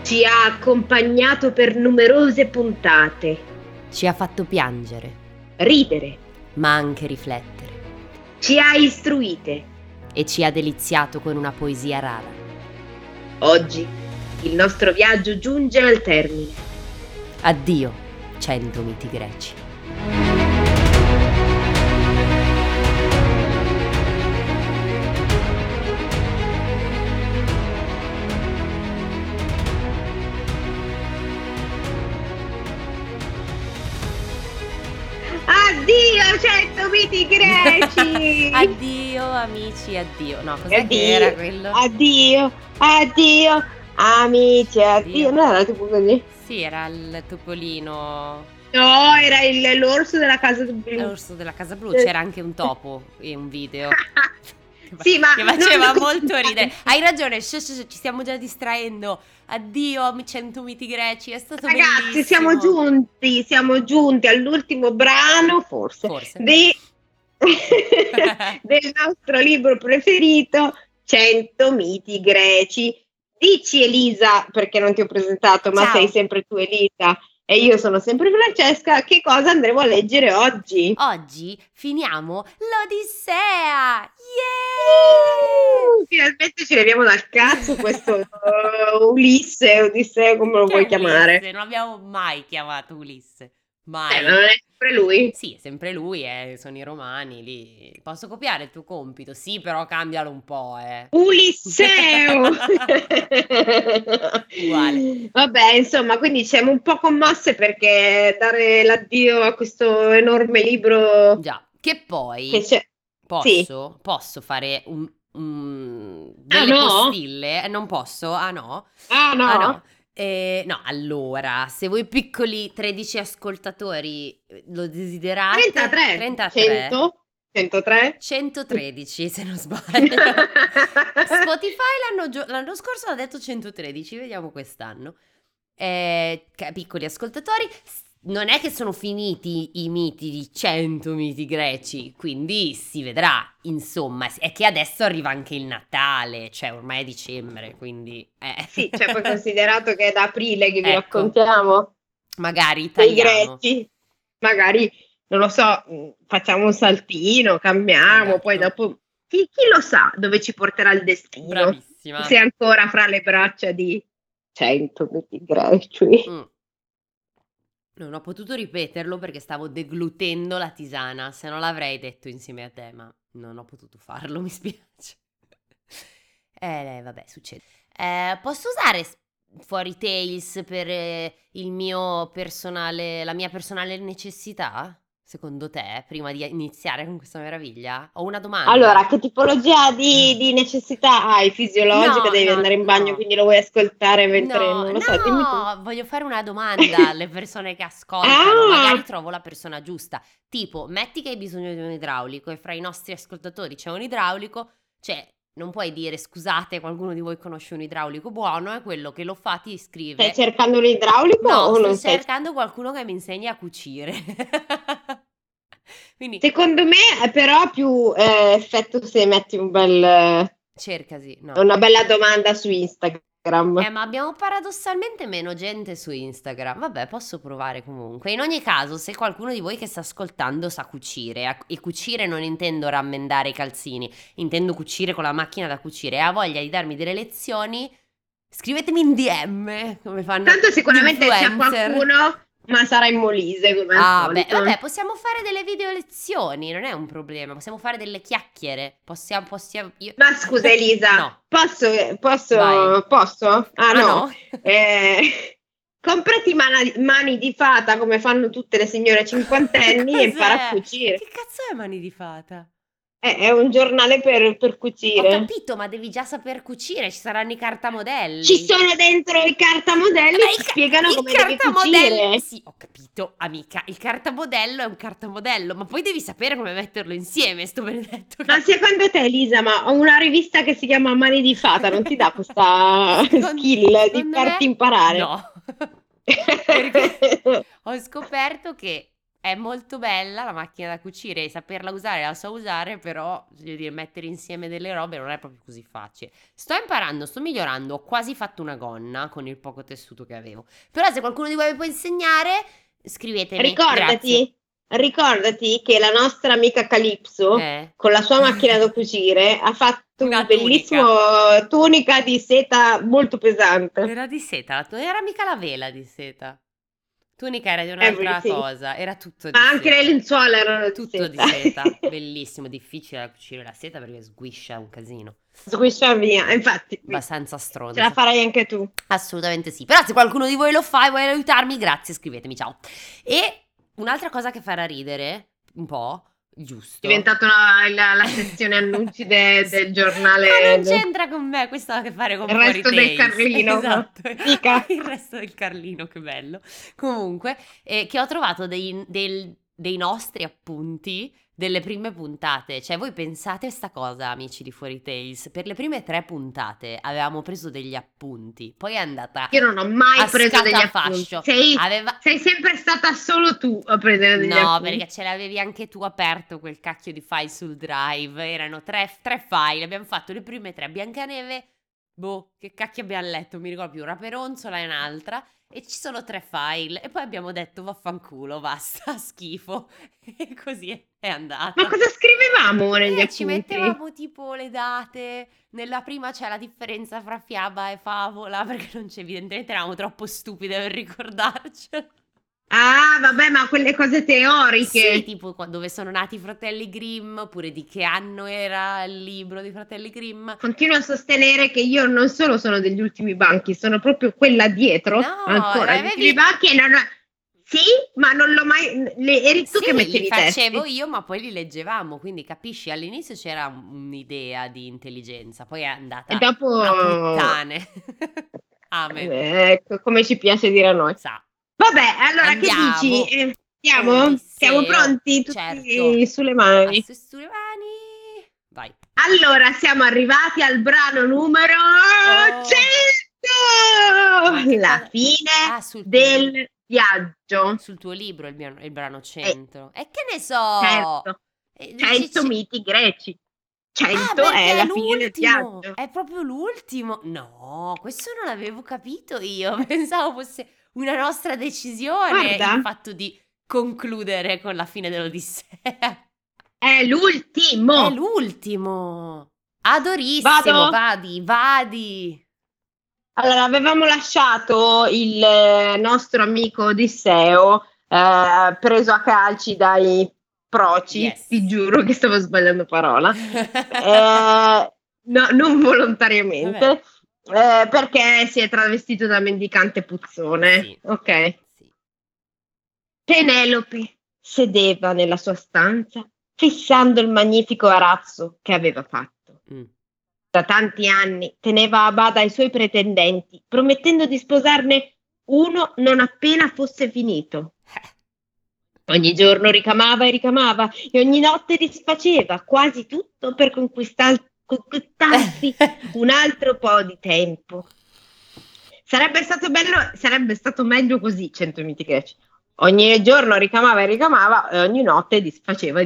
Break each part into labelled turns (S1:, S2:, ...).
S1: Ci ha accompagnato per numerose puntate,
S2: Ci ha fatto piangere,
S1: ridere,
S2: ma anche riflettere,
S1: ci ha istruite.
S2: e ci ha deliziato con una poesia rara.
S1: Oggi il nostro viaggio giunge al termine.
S2: Addio, 100 miti greci.
S1: Addio 100 miti greci!
S2: Addio amici, addio. No, cos'è
S1: Addio,
S2: che era quello?
S1: Addio, amici, addio.
S2: Addio.
S1: No, era tipo così.
S2: Sì, era il topolino,
S1: No, era l'orso della casa blu.
S2: l'orso della casa blu. C'era anche un topo in un video.
S1: Sì, ma
S2: che faceva
S1: non lo
S2: molto
S1: considerare.
S2: ridere. Hai ragione, ci stiamo già distraendo. Addio, 100 miti greci, è stato
S1: Ragazzi,
S2: bellissimo.
S1: siamo giunti all'ultimo brano, forse.
S2: Forse.
S1: Del nostro libro preferito, 100 miti greci. Dici Elisa, perché non ti ho presentato, ma
S2: Ciao.
S1: sei sempre tu Elisa e io sono sempre Francesca, che cosa andremo a leggere oggi?
S2: Oggi finiamo l'Odissea! Yeah!
S1: Finalmente ci leviamo dal cazzo questo Ulisse, Odissea, come lo
S2: Che
S1: vuoi
S2: è
S1: chiamare?
S2: Ulisse? Non abbiamo mai chiamato Ulisse. Mai.
S1: Non è sempre lui?
S2: Sì, è sempre lui, sono i romani lì. Posso copiare il tuo compito? Sì, però cambialo un po',
S1: Ulisseo!
S2: Uguale.
S1: Vabbè, insomma, quindi siamo un po' commosse perché dare l'addio a questo enorme libro
S2: Già, che poi
S1: che c'è. Sì.
S2: posso fare delle
S1: no?
S2: postille? Non posso? Ah no?
S1: Ah no?
S2: Ah no. No, allora, se voi piccoli 13 ascoltatori lo desiderate,
S1: 33.
S2: 33,
S1: 100? 103?
S2: 113 se non sbaglio. Spotify l'anno scorso ha detto 113, vediamo quest'anno. Piccoli ascoltatori, non è che sono finiti i miti di 100 miti greci, quindi si vedrà, insomma, è che adesso arriva anche il Natale, cioè ormai è dicembre, quindi
S1: Sì, cioè poi considerato che è da aprile che vi
S2: Ecco.
S1: raccontiamo
S2: magari
S1: dei
S2: tagliamo.
S1: greci, magari, non lo so, facciamo un saltino, cambiamo,
S2: Esatto.
S1: poi dopo chi lo sa dove ci porterà il destino,
S2: Bravissima.
S1: se ancora fra le braccia di 100 miti greci.
S2: Non ho potuto ripeterlo perché stavo deglutendo la tisana, se no l'avrei detto insieme a te, ma non ho potuto farlo, mi spiace. Vabbè, succede. Posso usare Fairy Tales per la mia personale necessità? Secondo te, prima di iniziare con questa meraviglia? Ho una domanda.
S1: Allora, che tipologia di necessità hai? Fisiologica?
S2: No,
S1: Devi andare in bagno,
S2: no.
S1: quindi lo vuoi ascoltare mentre
S2: No,
S1: non lo so, dimmi tu.
S2: voglio fare una domanda alle persone che ascoltano,
S1: Ah!
S2: magari trovo la persona giusta. Tipo, metti che hai bisogno di un idraulico e fra i nostri ascoltatori c'è un idraulico, cioè non puoi dire scusate, qualcuno di voi conosce un idraulico buono, è quello che lo fa, ti scrive.
S1: Stai cercando un idraulico
S2: No,
S1: o
S2: sto
S1: non stai?
S2: cercando qualcuno che mi insegni a cucire. Quindi
S1: Secondo me è però più effetto se metti una
S2: cercasi, no.
S1: bella domanda su Instagram.
S2: Ma abbiamo paradossalmente meno gente su Instagram. Vabbè, posso provare comunque. In ogni caso, se qualcuno di voi che sta ascoltando sa cucire, e cucire non intendo rammendare i calzini, intendo cucire con la macchina da cucire, e ha voglia di darmi delle lezioni, scrivetemi in DM, come fanno
S1: Tanto
S2: gli
S1: sicuramente c'è
S2: influencer.
S1: qualcuno, ma sarà in Molise come al solito.
S2: Vabbè, possiamo fare delle video lezioni, non è un problema, possiamo fare delle chiacchiere. Io...
S1: Ma scusa Elisa,
S2: No.
S1: posso?
S2: Vai.
S1: Posso? Ah no.
S2: no.
S1: Comprati mani di fata come fanno tutte le signore cinquantenni e impara a
S2: Cos'è?
S1: cucire.
S2: Che cazzo è mani di fata?
S1: È un giornale per
S2: Ho
S1: cucire.
S2: capito, ma devi già saper cucire, ci saranno i cartamodelli.
S1: Ci sono dentro i cartamodelli
S2: Ma
S1: che spiegano
S2: il
S1: come devi
S2: cartamodello-
S1: cucire.
S2: Sì, ho capito, amica. Il cartamodello è un cartamodello, ma poi devi sapere come metterlo insieme, sto benedetto.
S1: Ma secondo te, Elisa, ma una rivista che si chiama Mani di Fata non ti dà questa skill di farti imparare?
S2: No. Perché ho scoperto che è molto bella la macchina da cucire e saperla usare la so usare, però voglio dire, mettere insieme delle robe non è proprio così facile. Sto imparando, sto migliorando, ho quasi fatto una gonna con il poco tessuto che avevo. Però se qualcuno di voi mi può insegnare, scrivetemi, grazie.
S1: Ricordati che la nostra amica Calypso, con la sua macchina da cucire, ha fatto
S2: Una
S1: un bellissimo tunica di seta molto pesante.
S2: Era di seta, era mica la vela di seta. Tunica era di un'altra cosa, era tutto di
S1: Ma
S2: seta.
S1: anche le lenzuola erano
S2: tutto
S1: di seta.
S2: Di seta, bellissimo, difficile da cucire la seta perché sguiscia un casino.
S1: Sguiscia via, infatti.
S2: Abbastanza stronzo.
S1: Ce la farai anche tu.
S2: Assolutamente sì, però se qualcuno di voi lo fa e vuole aiutarmi, grazie, scrivetemi, ciao. E un'altra cosa che farà ridere, un po', giusto.
S1: È diventata la sezione annunci del giornale.
S2: Ma non c'entra con me, questo ha a che fare con
S1: il resto del Carlino.
S2: Esatto, il resto del Carlino, che bello. Comunque, che ho trovato dei nostri appunti delle prime puntate. Cioè, voi pensate sta cosa, amici di Fuori Tales? Per le prime 3 puntate avevamo preso degli appunti, poi è andata.
S1: Io non ho mai preso degli appunti. Sei sempre stata solo tu a prendere degli appunti.
S2: No, perché ce l'avevi anche tu aperto quel cacchio di file sul drive. Erano 3 file, abbiamo fatto le prime 3. Biancaneve, che cacchio abbiamo letto? Mi ricordo più, Raperonzola e un'altra. E ci sono 3 file. E poi abbiamo detto vaffanculo, basta, schifo. E così è andata.
S1: Ma cosa scrivevamo negli appunti?
S2: Ci mettevamo tipo le date. Nella prima c'è la differenza fra fiaba e favola, perché non c'è, evidentemente eravamo troppo stupide per ricordarcelo.
S1: Ah, vabbè, ma quelle cose teoriche.
S2: Sì, tipo dove sono nati i fratelli Grimm, oppure di che anno era il libro dei fratelli Grimm.
S1: Continuo a sostenere che io non solo sono degli ultimi banchi, sono proprio quella dietro.
S2: No,
S1: ancora gli ultimi banchi e non. Sì, ma non l'ho mai. Eri tu che mettevi i testi?
S2: Li facevo io, ma poi li leggevamo, quindi capisci, all'inizio c'era un'idea di intelligenza, poi è andata
S1: e dopo
S2: a puttane. Amen.
S1: Ecco, come ci piace dire a noi. Vabbè, allora
S2: andiamo.
S1: Che dici? Andiamo? Siamo pronti tutti
S2: certo.
S1: sulle mani?
S2: Sulle mani. Vai.
S1: Allora, siamo arrivati al brano numero 100! La fine del viaggio.
S2: Sul tuo libro il brano 100. E che ne so?
S1: Certo. 100 miti greci. 100 è la fine del viaggio.
S2: È proprio l'ultimo. No, questo non l'avevo capito io. Pensavo fosse una nostra decisione.
S1: Guarda.
S2: Il fatto di concludere con la fine dell'Odissea.
S1: È l'ultimo.
S2: È l'ultimo. Adorissimo. Vadi.
S1: Allora, avevamo lasciato il nostro amico Odisseo preso a calci dai proci,
S2: yes.
S1: Ti giuro che stavo sbagliando parola, no, non volontariamente, perché si è travestito da mendicante puzzone,
S2: sì.
S1: Ok. Sì. Penelope sedeva nella sua stanza fissando il magnifico arazzo che aveva fatto. Da tanti anni teneva a bada i suoi pretendenti, promettendo di sposarne uno non appena fosse finito. Ogni giorno ricamava e ogni notte disfaceva quasi tutto per conquistarsi un altro po' di tempo. Sarebbe stato meglio così, 100 miti greci. Ogni giorno ricamava e ogni notte disfaceva.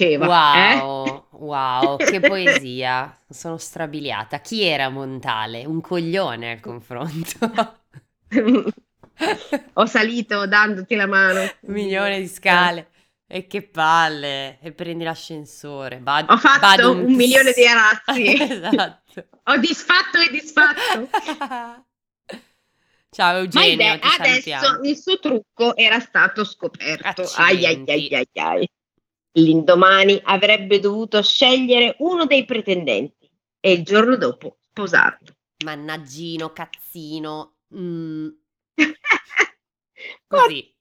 S2: Wow, che poesia. Sono strabiliata. Chi era Montale? Un coglione al confronto.
S1: Ho salito dandoti la mano.
S2: 1 milione di scale. E che palle. E prendi l'ascensore.
S1: Ho fatto 1 milione di arazzi.
S2: Esatto.
S1: Ho disfatto e disfatto.
S2: Ciao Eugenio, ti
S1: adesso
S2: salutiamo.
S1: Il suo trucco era stato scoperto. Ai. L'indomani avrebbe dovuto scegliere uno dei pretendenti e il giorno dopo sposarlo.
S2: Mannaggino, cazzino. Così.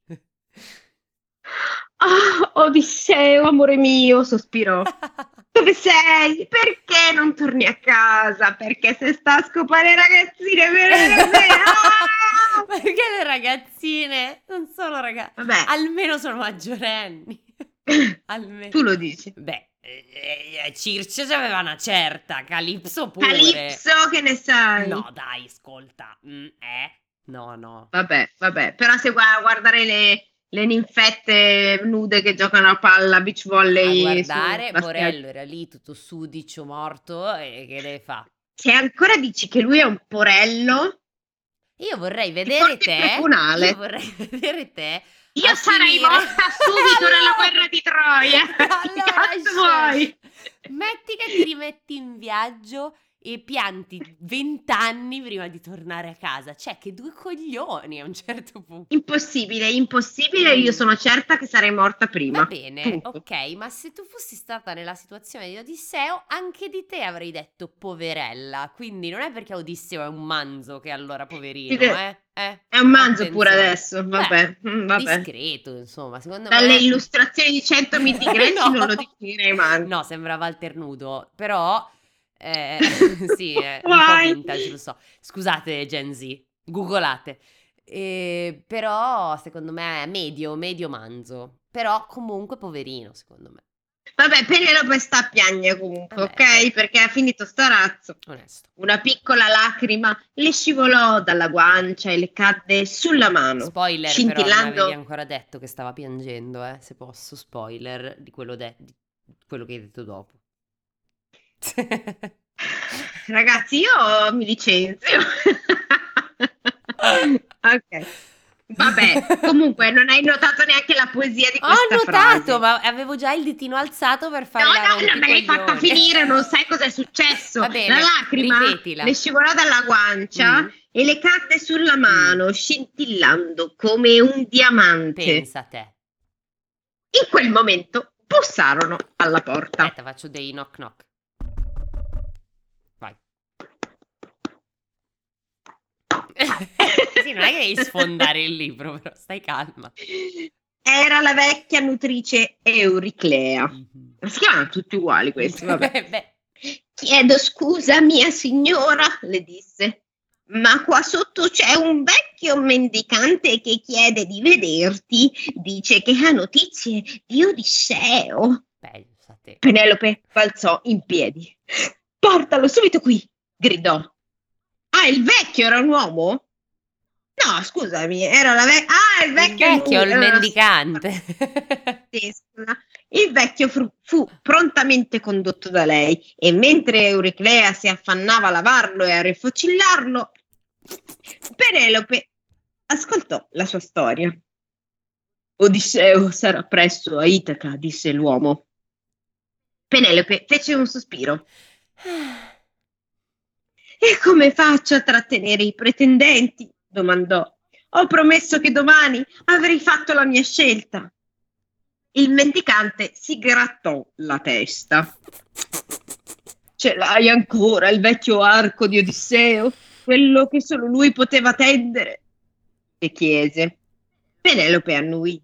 S1: Odisseo, amore mio, sospirò. Dove sei? Perché non torni a casa? Perché se sta a scopare ragazzine
S2: Perché le ragazzine non sono ragazze?
S1: Vabbè.
S2: Almeno sono maggiorenni. Almeno.
S1: Tu lo dici?
S2: Beh, Circe aveva una certa, Calypso pure.
S1: Calypso, che ne sai?
S2: No, dai, ascolta. No.
S1: Vabbè, però se guardare le ninfette nude che giocano a palla, beach volley.
S2: A guardare, Morello era lì tutto sudicio, morto, e che deve fare?
S1: Se ancora dici che lui è un porello,
S2: io vorrei vedere te.
S1: Io
S2: vorrei vedere te.
S1: Io sarei morta subito nella guerra di Troia.
S2: Allora, vuoi? Metti che ti rimetti in viaggio e pianti 20 anni prima di tornare a casa. Cioè, che due coglioni a un certo punto.
S1: Impossibile. Io sono certa che sarei morta prima.
S2: Va bene, ok, ma se tu fossi stata nella situazione di Odisseo, anche di te avrei detto poverella. Quindi non è perché Odisseo è un manzo che allora poverino,
S1: È un manzo pure adesso, vabbè.
S2: Discreto, insomma, secondo me.
S1: Dalle illustrazioni di 100 miti greci no. Non lo definirei manzo.
S2: No, sembrava alternudo, però sì, è un po' vintage, lo so. Scusate Gen Z, googolate. Però secondo me è medio manzo. Però comunque poverino, secondo me.
S1: Vabbè, Penelope sta a piangere comunque, ok? Perché ha finito sta razzo.
S2: Onesto.
S1: Una piccola lacrima le scivolò dalla guancia e le cadde sulla mano.
S2: Spoiler,
S1: scintillando...
S2: però non avevi ancora detto che stava piangendo, se posso. Spoiler di quello che hai detto dopo.
S1: Ragazzi, io mi licenzio. Ok. Vabbè, comunque non hai notato neanche la poesia di questa frase.
S2: Ho notato, ma avevo già il ditino alzato per fare la
S1: rompicoglione. No, non me l'hai fatta finire, non sai cosa è successo.
S2: Va bene,
S1: la lacrima
S2: ripetila.
S1: Le scivolò dalla guancia e le cadde sulla mano, scintillando come un diamante.
S2: Pensa a te.
S1: In quel momento bussarono alla porta.
S2: Aspetta, faccio dei knock knock. Vai. Sì, non è che devi sfondare il libro, però stai calma.
S1: Era la vecchia nutrice Euriclea. Si chiamano tutti uguali questi, vabbè. Chiedo scusa, mia signora, le disse, ma qua sotto c'è un vecchio mendicante che chiede di vederti. Dice che ha notizie di Odisseo. Penelope balzò in piedi. Portalo subito qui, gridò. Ah, il vecchio era un uomo? No, scusami, era la vecchia. Ah, il vecchio.
S2: Il mendicante.
S1: Il vecchio fu prontamente condotto da lei e mentre Euriclea si affannava a lavarlo e a rifocillarlo, Penelope ascoltò la sua storia. Odisseo sarà presto a Itaca, disse l'uomo. Penelope fece un sospiro. E come faccio a trattenere i pretendenti? Domandò. Ho promesso che domani avrei fatto la mia scelta. Il mendicante si grattò la testa. Ce l'hai ancora il vecchio arco di Odisseo? Quello che solo lui poteva tendere? E chiese. Penelope annuì.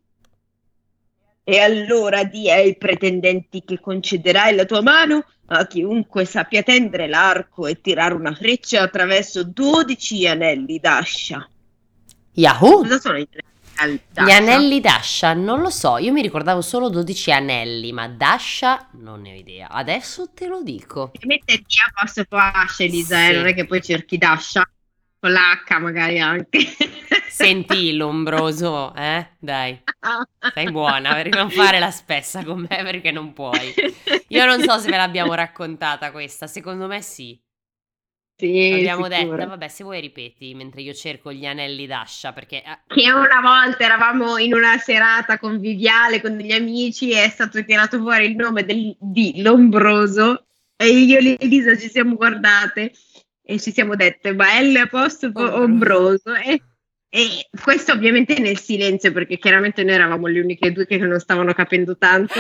S1: E allora di ai pretendenti che concederai la tua mano a chiunque sappia tendere l'arco e tirare una freccia attraverso 12 anelli d'ascia.
S2: Yahoo!
S1: Cosa sono gli anelli d'ascia?
S2: Gli anelli d'ascia non lo so, io mi ricordavo solo 12 anelli, ma d'ascia non ne ho idea. Adesso te lo dico.
S1: Mette D apostrofo ascia, Elisa, sì. Non è che poi cerchi d'ascia con l'H magari anche.
S2: Senti l'ombroso, dai, sei buona per non fare la spessa con me perché non puoi. Io non so se ve l'abbiamo raccontata questa, secondo me sì.
S1: Sì,
S2: l'abbiamo detta, vabbè, se vuoi ripeti mentre io cerco gli anelli d'ascia perché...
S1: Che una volta eravamo in una serata conviviale con degli amici e è stato tirato fuori il nome di Lombroso e io e Elisa ci siamo guardate e ci siamo dette ma L apostrofo Ombroso e questo ovviamente nel silenzio perché chiaramente noi eravamo le uniche due che non stavano capendo tanto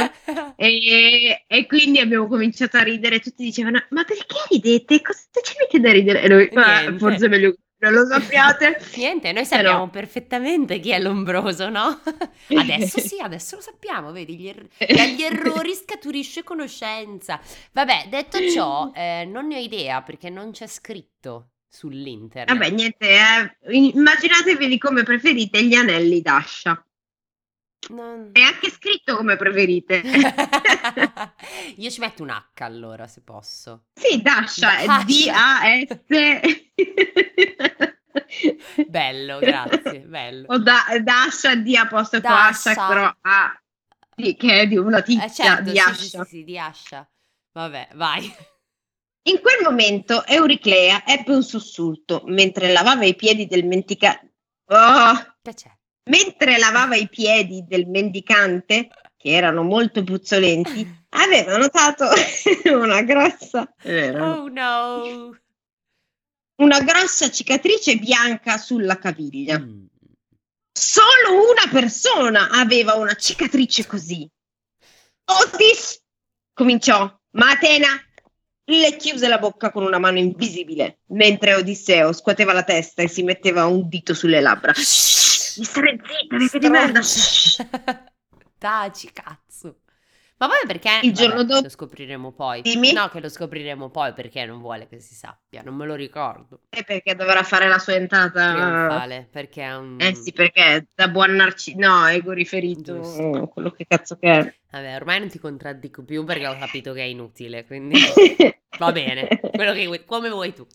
S1: e quindi abbiamo cominciato a ridere, tutti dicevano ma perché ridete? Cosa ci avete da ridere? E noi forse è meglio non lo sappiate.
S2: Niente, noi sappiamo perfettamente chi è Lombroso, no? Adesso sì, adesso lo sappiamo, vedi, dagli errori scaturisce conoscenza. Vabbè, detto ciò, non ne ho idea perché non c'è scritto sull'internet.
S1: Vabbè, niente, immaginatevi come preferite gli anelli d'ascia. È anche scritto come preferite.
S2: Io ci metto un H allora, se posso.
S1: Sì, d'ascia, è D-A-S.
S2: Bello, grazie, bello.
S1: O Dasha di apostrofo Asha, però che è di una tizia
S2: certo,
S1: di Asha.
S2: sì, di Asha. Vabbè, vai.
S1: In quel momento Euriclea ebbe un sussulto mentre lavava i piedi del mendicante.
S2: Che c'è?
S1: Mentre lavava i piedi del mendicante, che erano molto puzzolenti, aveva notato una grossa
S2: Oh no!
S1: una grossa cicatrice bianca sulla caviglia. Solo una persona aveva una cicatrice così. Otis cominciò, ma Atena le chiuse la bocca con una mano invisibile, mentre Odisseo scuoteva la testa e si metteva un dito sulle labbra. Shh, mi stare zitta, vecchia di merda.
S2: Taci, cazzo. Ma poi perché?
S1: Il giorno dopo
S2: lo scopriremo poi.
S1: Dimmi?
S2: No, che lo scopriremo poi perché non vuole che si sappia, non me lo ricordo.
S1: È perché dovrà fare la sua entrata
S2: trionfale, perché è un...
S1: sì, perché da buon no, ego riferito, quello che cazzo che è.
S2: Vabbè, ormai non ti contraddico più perché ho capito che è inutile, quindi va bene, quello che vuoi, come vuoi tu.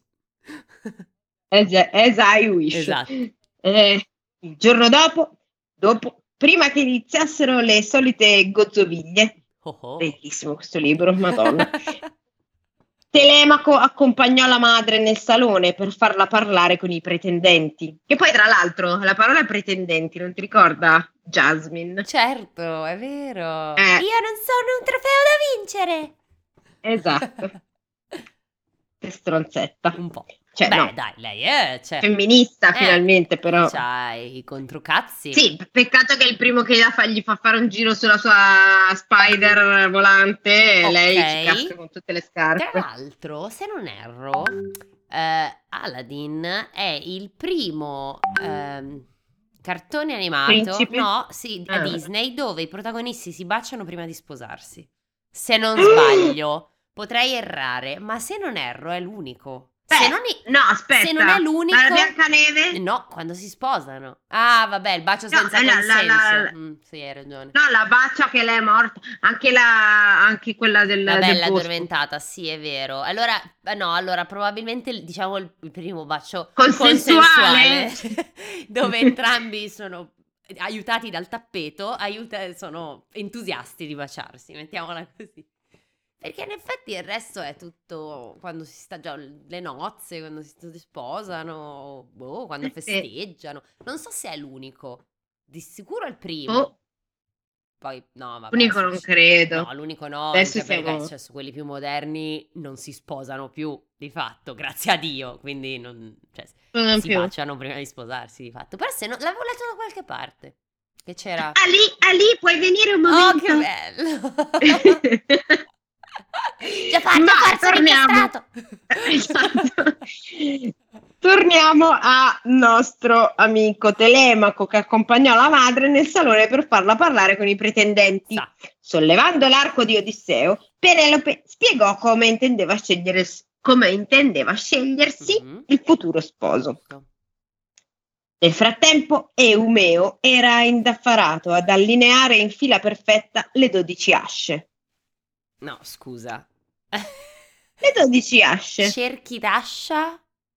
S1: As I wish.
S2: Esatto.
S1: Il giorno dopo, prima che iniziassero le solite gozzoviglie, bellissimo questo libro, madonna, Telemaco accompagnò la madre nel salone per farla parlare con i pretendenti. Che poi, tra l'altro, la parola pretendenti, non ti ricorda, Jasmine?
S2: Certo, è vero. Io non sono un trofeo da vincere.
S1: Esatto. Che stronzetta.
S2: Un po'.
S1: Cioè, no.
S2: Dai, lei è
S1: femminista finalmente, però.
S2: C'hai i controcazzi.
S1: Sì, peccato che il primo che gli fa fare un giro sulla sua spider volante, lei ci casca con tutte le scarpe.
S2: Tra l'altro, se non erro, Aladdin è il primo cartone animato,
S1: Principe?
S2: a Disney, dove i protagonisti si baciano prima di sposarsi. Se non sbaglio, potrei errare, ma se non erro è l'unico.
S1: No, aspetta.
S2: Se non è l'unico,
S1: la Biancaneve?
S2: No, quando si sposano. Ah, vabbè, il bacio senza consenso. Sì, hai ragione.
S1: No, la bacia che lei è morta. Anche quella del
S2: la bella
S1: bosco.
S2: addormentata, sì, è vero. Allora probabilmente diciamo il primo bacio
S1: consensuale.
S2: dove entrambi sono aiutati dal tappeto, sono entusiasti di baciarsi, mettiamola così. Perché in effetti il resto è tutto quando si sta già le nozze, quando si sposano, quando festeggiano. Non so se è l'unico, di sicuro è il primo. Poi no, vabbè.
S1: L'unico non credo.
S2: No, l'unico no,
S1: adesso
S2: perché su quelli più moderni non si sposano più, di fatto, grazie a Dio, quindi si baciano prima di sposarsi, di fatto. Però se no, l'avevo letto da qualche parte, che c'era...
S1: Ali, puoi venire un momento?
S2: Oh, che bello! Torniamo.
S1: Esatto. Torniamo a nostro amico Telemaco che accompagnò la madre nel salone per farla parlare con i pretendenti. Sollevando l'arco di Odisseo, Penelope spiegò come intendeva scegliersi il futuro sposo. Nel frattempo Eumeo era indaffarato ad allineare in fila perfetta le 12 asce.
S2: No, scusa.
S1: Le 12 asce.
S2: Cerchi d'ascia?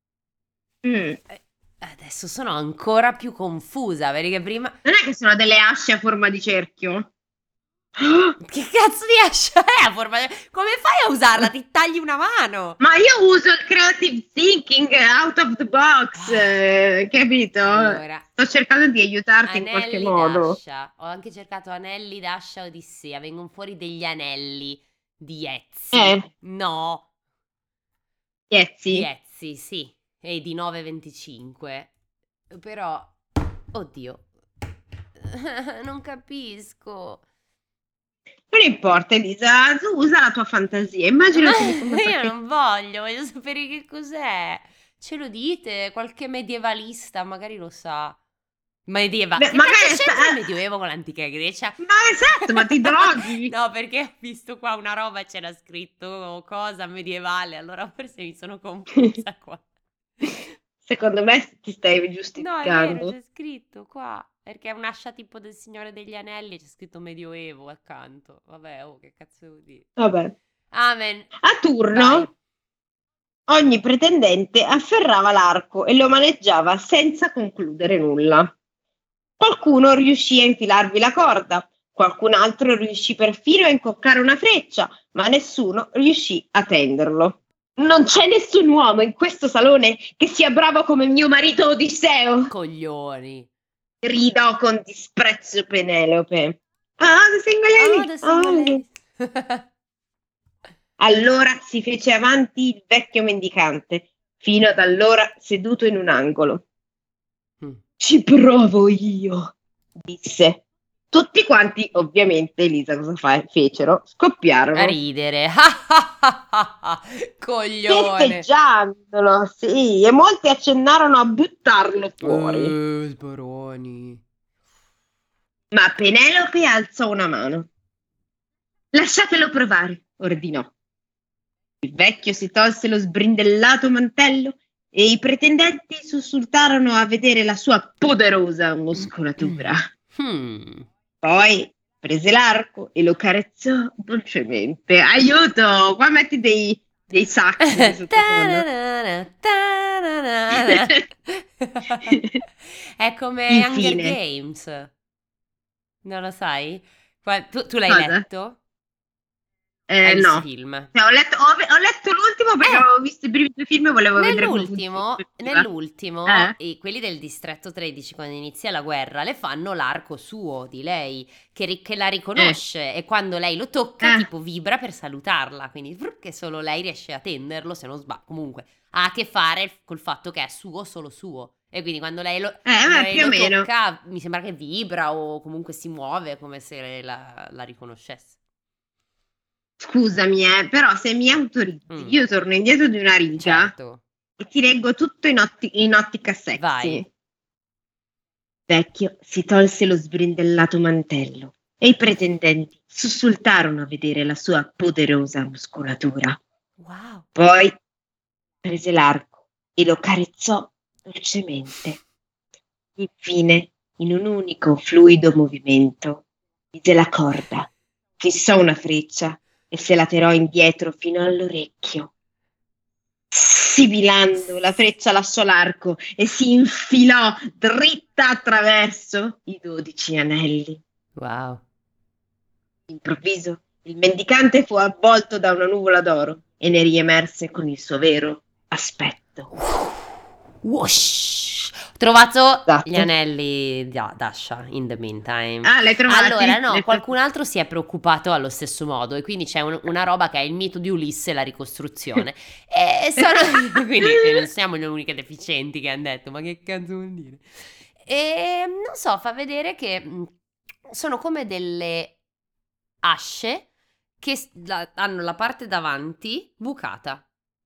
S2: Adesso sono ancora più confusa, perché prima...
S1: Non è che sono delle asce a forma di cerchio?
S2: Che cazzo di ascia è a forma di... Come fai a usarla? Ti tagli una mano?
S1: Ma io uso il creative thinking out of the box, capito?
S2: Allora,
S1: sto cercando di aiutarti in qualche modo.
S2: D'ascia. Ho anche cercato anelli d'ascia Odissea, vengono fuori degli anelli di Ezzi. No.
S1: Ezzi,
S2: sì. E di 9,25. Però, oddio, non capisco.
S1: Non importa, Elisa, tu usa la tua fantasia. Immaginati come
S2: Io non voglio sapere che cos'è. Ce lo dite? Qualche medievalista magari lo sa. Magari c'entra il Medioevo con l'antica Grecia?
S1: Ma esatto, ma ti droghi?
S2: No, perché ho visto qua una roba e c'era scritto cosa medievale, allora forse mi sono confusa qua.
S1: Secondo me ti stai giustificando.
S2: No, è vero, c'è scritto qua. Perché è un'ascia tipo del Signore degli Anelli e c'è scritto Medioevo accanto. Vabbè, che cazzo devo dire?
S1: Vabbè.
S2: Amen.
S1: A turno. Ogni pretendente afferrava l'arco e lo maneggiava senza concludere nulla. Qualcuno riuscì a infilarvi la corda, qualcun altro riuscì perfino a incoccare una freccia, ma nessuno riuscì a tenderlo. Non c'è nessun uomo in questo salone che sia bravo come mio marito Odisseo!
S2: Coglioni!
S1: Gridò con disprezzo Penelope. The single lady! Allora si fece avanti il vecchio mendicante, fino ad allora seduto in un angolo. Ci provo io, disse. Tutti quanti, ovviamente, Elisa cosa fecero? Scoppiarono.
S2: A ridere. Coglione.
S1: Festeggiandolo, sì, e molti accennarono a buttarlo fuori.
S2: Sboroni.
S1: Ma Penelope alzò una mano. Lasciatelo provare, ordinò. Il vecchio si tolse lo sbrindellato mantello e i pretendenti sussultarono a vedere la sua poderosa muscolatura. Poi prese l'arco e lo carezzò dolcemente. Aiuto! Qua metti dei sacchi
S2: È come Hunger Games. Non lo sai? Tu l'hai letto? Hai visto
S1: No.
S2: il film?
S1: Ho letto l'ultimo perché avevo visto i primi due film e volevo vedere
S2: Nell'ultimo quelli del distretto 13, quando inizia la guerra, le fanno l'arco suo di lei che la riconosce e quando lei lo tocca tipo vibra per salutarla, quindi che solo lei riesce a tenderlo, se non sbaglio. Comunque ha a che fare col fatto che è suo, solo suo, e quindi quando lei lo tocca mi sembra che vibra o comunque si muove come se la riconoscesse.
S1: Scusami, però se mi autorizzi, io torno indietro di una riga e ti leggo tutto in ottica sexy.
S2: Vai.
S1: Vecchio si tolse lo sbrindellato mantello e i pretendenti sussultarono a vedere la sua poderosa muscolatura.
S2: Wow.
S1: Poi prese l'arco e lo carezzò dolcemente. Infine, in un unico fluido movimento, mise la corda, fissò una freccia e se la tirò indietro fino all'orecchio. Sibilando, la freccia lasciò l'arco e si infilò dritta attraverso i 12 anelli.
S2: Wow.
S1: Improvviso, il mendicante fu avvolto da una nuvola d'oro e ne riemerse con il suo vero aspetto.
S2: Whoosh! Ho trovato gli anelli d'Asha in the meantime.
S1: L'hai trovati?
S2: Allora no, qualcun altro si è preoccupato allo stesso modo e quindi c'è una roba che è il mito di Ulisse, la ricostruzione. E quindi non siamo le uniche deficienti che hanno detto, ma che cazzo vuol dire? E non so, fa vedere che sono come delle asce che hanno la parte davanti bucata.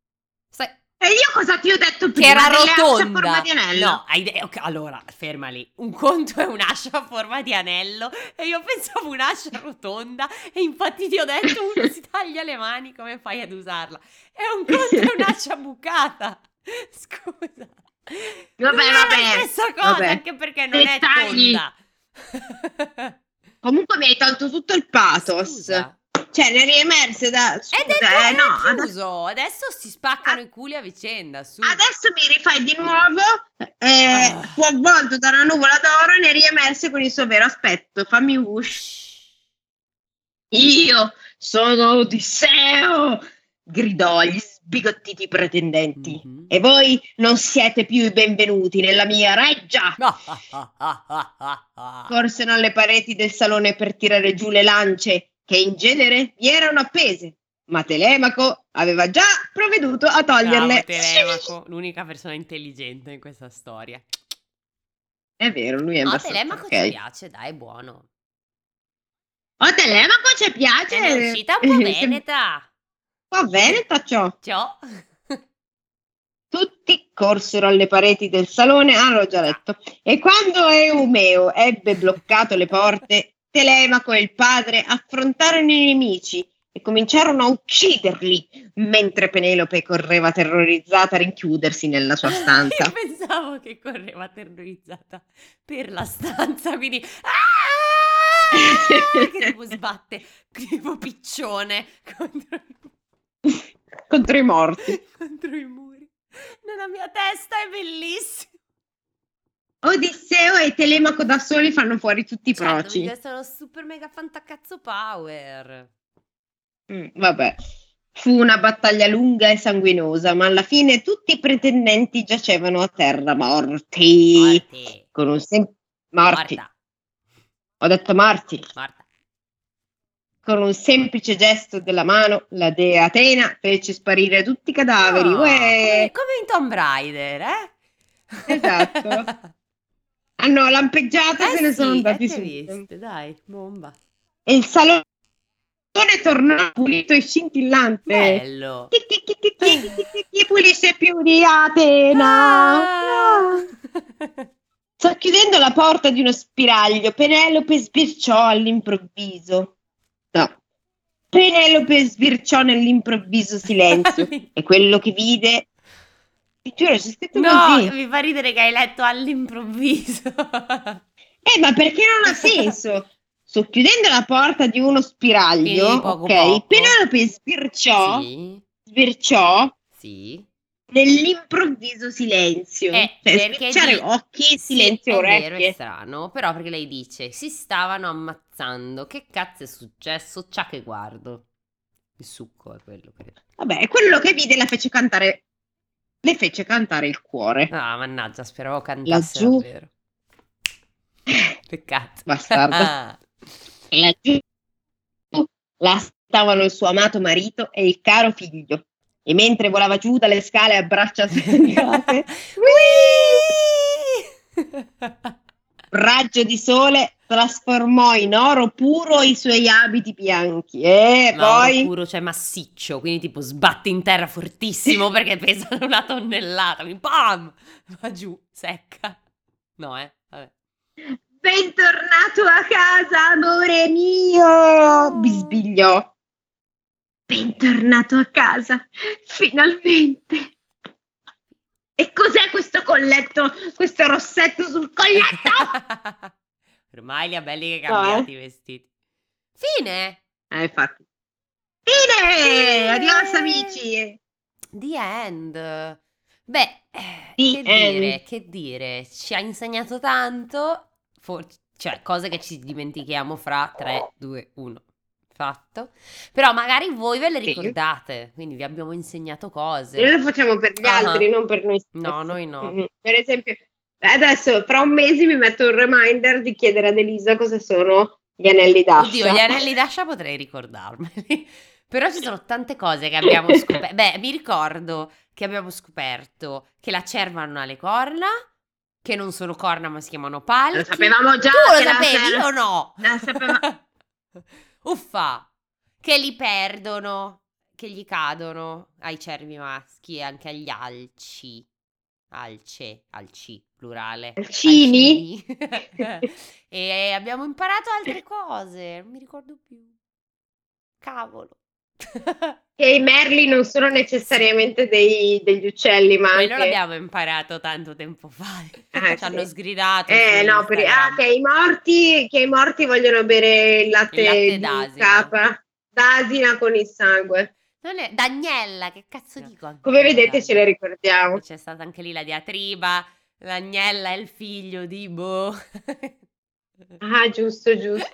S1: E io cosa ti ho detto prima?
S2: Che era rotonda.
S1: A forma di anello?
S2: No, okay, allora, ferma lì. Un conto è un'ascia a forma di anello e io pensavo un'ascia rotonda e infatti ti ho detto uno si taglia le mani, come fai ad usarla? E un conto è un'ascia bucata. Scusa.
S1: Vabbè.
S2: È la stessa cosa, anche perché non è tonda.
S1: Comunque mi hai tolto tutto il pathos.
S2: Scusa.
S1: Cioè, ne riemerse da... Scusa,
S2: no, adesso si spaccano i culi a vicenda. Su.
S1: Adesso mi rifai di nuovo, fu avvolto da una nuvola d'oro e ne riemerse con il suo vero aspetto. Fammi whoosh. Io sono Odisseo! Gridò agli sbigottiti pretendenti. E voi non siete più i benvenuti nella mia reggia! Corsero alle pareti del salone per tirare giù le lance che in genere gli erano appese, ma Telemaco aveva già provveduto a toglierle.
S2: Telemaco, l'unica persona intelligente in questa storia.
S1: È vero, lui è abbastanza
S2: Telemaco ci piace, dai, è buono.
S1: Telemaco ci piace.
S2: È uscita un po' veneta.
S1: Un po' veneta, ciò. Tutti corsero alle pareti del salone, l'ho già letto, e quando Eumeo ebbe bloccato le porte, Telemaco e il padre affrontarono i nemici e cominciarono a ucciderli, mentre Penelope correva terrorizzata a rinchiudersi nella sua stanza.
S2: Io pensavo che correva terrorizzata per la stanza, quindi che tipo sbatte, tipo piccione contro
S1: Contro i morti.
S2: Contro i muri. Nella mia testa è bellissimo.
S1: Odisseo e Telemaco da soli fanno fuori tutti i proci.
S2: Certo, sono super mega fantacazzo power.
S1: Vabbè. Fu una battaglia lunga e sanguinosa, ma alla fine tutti i pretendenti giacevano a terra morti. Con un morti. Ho detto morti.
S2: Morta.
S1: Con un semplice gesto della mano, la dea Atena fece sparire tutti i cadaveri.
S2: Come in Tomb Raider,
S1: Esatto. Hanno lampeggiato e se ne sono andati su.
S2: Viste, dai, bomba.
S1: E il salone tornò pulito e scintillante.
S2: Bello.
S1: Chi pulisce più di Atena? Socchiudendo la porta di uno spiraglio, Penelope sbirciò all'improvviso. No. Penelope sbirciò nell'improvviso silenzio e quello che vide... Ti giuro, c'è scritto così.
S2: No, mi fa ridere che hai letto all'improvviso.
S1: Ma perché non ha senso? Socchiudendo la porta di uno spiraglio,
S2: poco.
S1: Penelope sbirciò nell'improvviso silenzio.
S2: Perché
S1: sbirciare occhi e silenzio orecchie.
S2: È vero, è strano, però perché lei dice, si stavano ammazzando, che cazzo è successo? Cià che guardo. Il succo è quello, credo.
S1: Vabbè, quello che vide le fece cantare il cuore.
S2: Ah, mannaggia, speravo cantasse davvero. Peccato.
S1: Bastarda. Laggiù là stavano il suo amato marito e il caro figlio. E mentre volava giù dalle scale a braccia stringate, un raggio di sole trasformò in oro puro i suoi abiti bianchi. Poi
S2: oro puro, cioè massiccio, quindi tipo sbatte in terra fortissimo perché pesano 1 tonnellata, quindi pam! Va giù, secca. No, vabbè.
S1: Bentornato a casa, amore mio! Bisbigliò. Bentornato a casa, finalmente! E cos'è questo colletto, questo rossetto sul colletto?
S2: Ormai li ha belli che cambiati i vestiti. Fine!
S1: Infatti. Fine! Adios amici!
S2: The end. Beh, che dire, ci ha insegnato tanto, cioè cose che ci dimentichiamo fra 3, 2, 1. Fatto. Però magari voi ve le ricordate, quindi vi abbiamo insegnato cose.
S1: Noi lo facciamo per gli altri, non per noi stessi.
S2: No, noi no.
S1: Per esempio, adesso fra un mese mi metto un reminder di chiedere ad Elisa cosa sono gli anelli d'ascia.
S2: Oddio, gli anelli d'ascia potrei ricordarmeli. Però ci sono tante cose che abbiamo scoperto. Beh, mi ricordo che abbiamo scoperto che la cerva non ha le corna, che non sono corna ma si chiamano palchi.
S1: Lo sapevamo già.
S2: Tu lo sapevi o no?
S1: Lo sapevamo.
S2: Uffa, che li perdono, che gli cadono ai cervi maschi e anche agli alci. Alci, plurale.
S1: Alcini?
S2: E abbiamo imparato altre cose, non mi ricordo più. Cavolo.
S1: E i merli non sono necessariamente degli uccelli, ma
S2: quello l'abbiamo imparato tanto tempo fa. Ci hanno sgridato.
S1: No, che i morti vogliono bere il latte d'asina con il sangue.
S2: Non è Daniela, che cazzo dico?
S1: Come vedete ce le ricordiamo.
S2: C'è stata anche lì la diatriba. L'agnella è il figlio di
S1: giusto.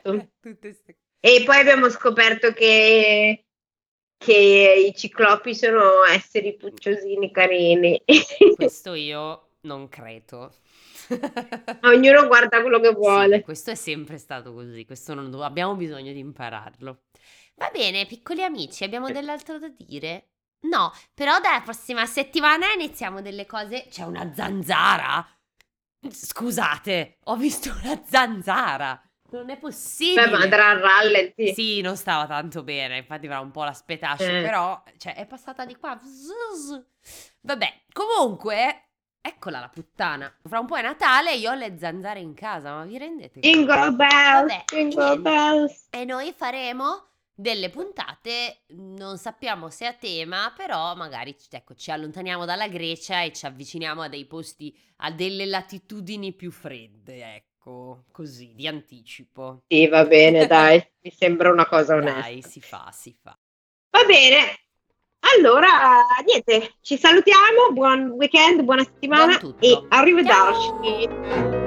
S1: E poi abbiamo scoperto che i ciclopi sono esseri pucciosini carini.
S2: Questo io non credo.
S1: Ognuno guarda quello che vuole.
S2: Sì, questo è sempre stato così, questo non abbiamo bisogno di impararlo. Va bene, piccoli amici, abbiamo dell'altro da dire? No, però dalla prossima settimana iniziamo delle cose. C'è una zanzara? Scusate, ho visto una zanzara. Non è possibile.
S1: Ma andrà a rallenti.
S2: Sì, non stava tanto bene, infatti va un po' la spetascia, però cioè, è passata di qua. Vabbè, comunque, eccola la puttana. Fra un po' è Natale e io ho le zanzare in casa, ma vi rendete conto?
S1: Jingle bells, jingle bells.
S2: E noi faremo delle puntate, non sappiamo se a tema, però magari ci allontaniamo dalla Grecia e ci avviciniamo a dei posti, a delle latitudini più fredde, ecco, così, di anticipo.
S1: Sì, va bene, dai, mi sembra una cosa onesta.
S2: Dai, si fa.
S1: Va bene, Allora, niente, ci salutiamo, buon weekend, buona settimana e arrivederci.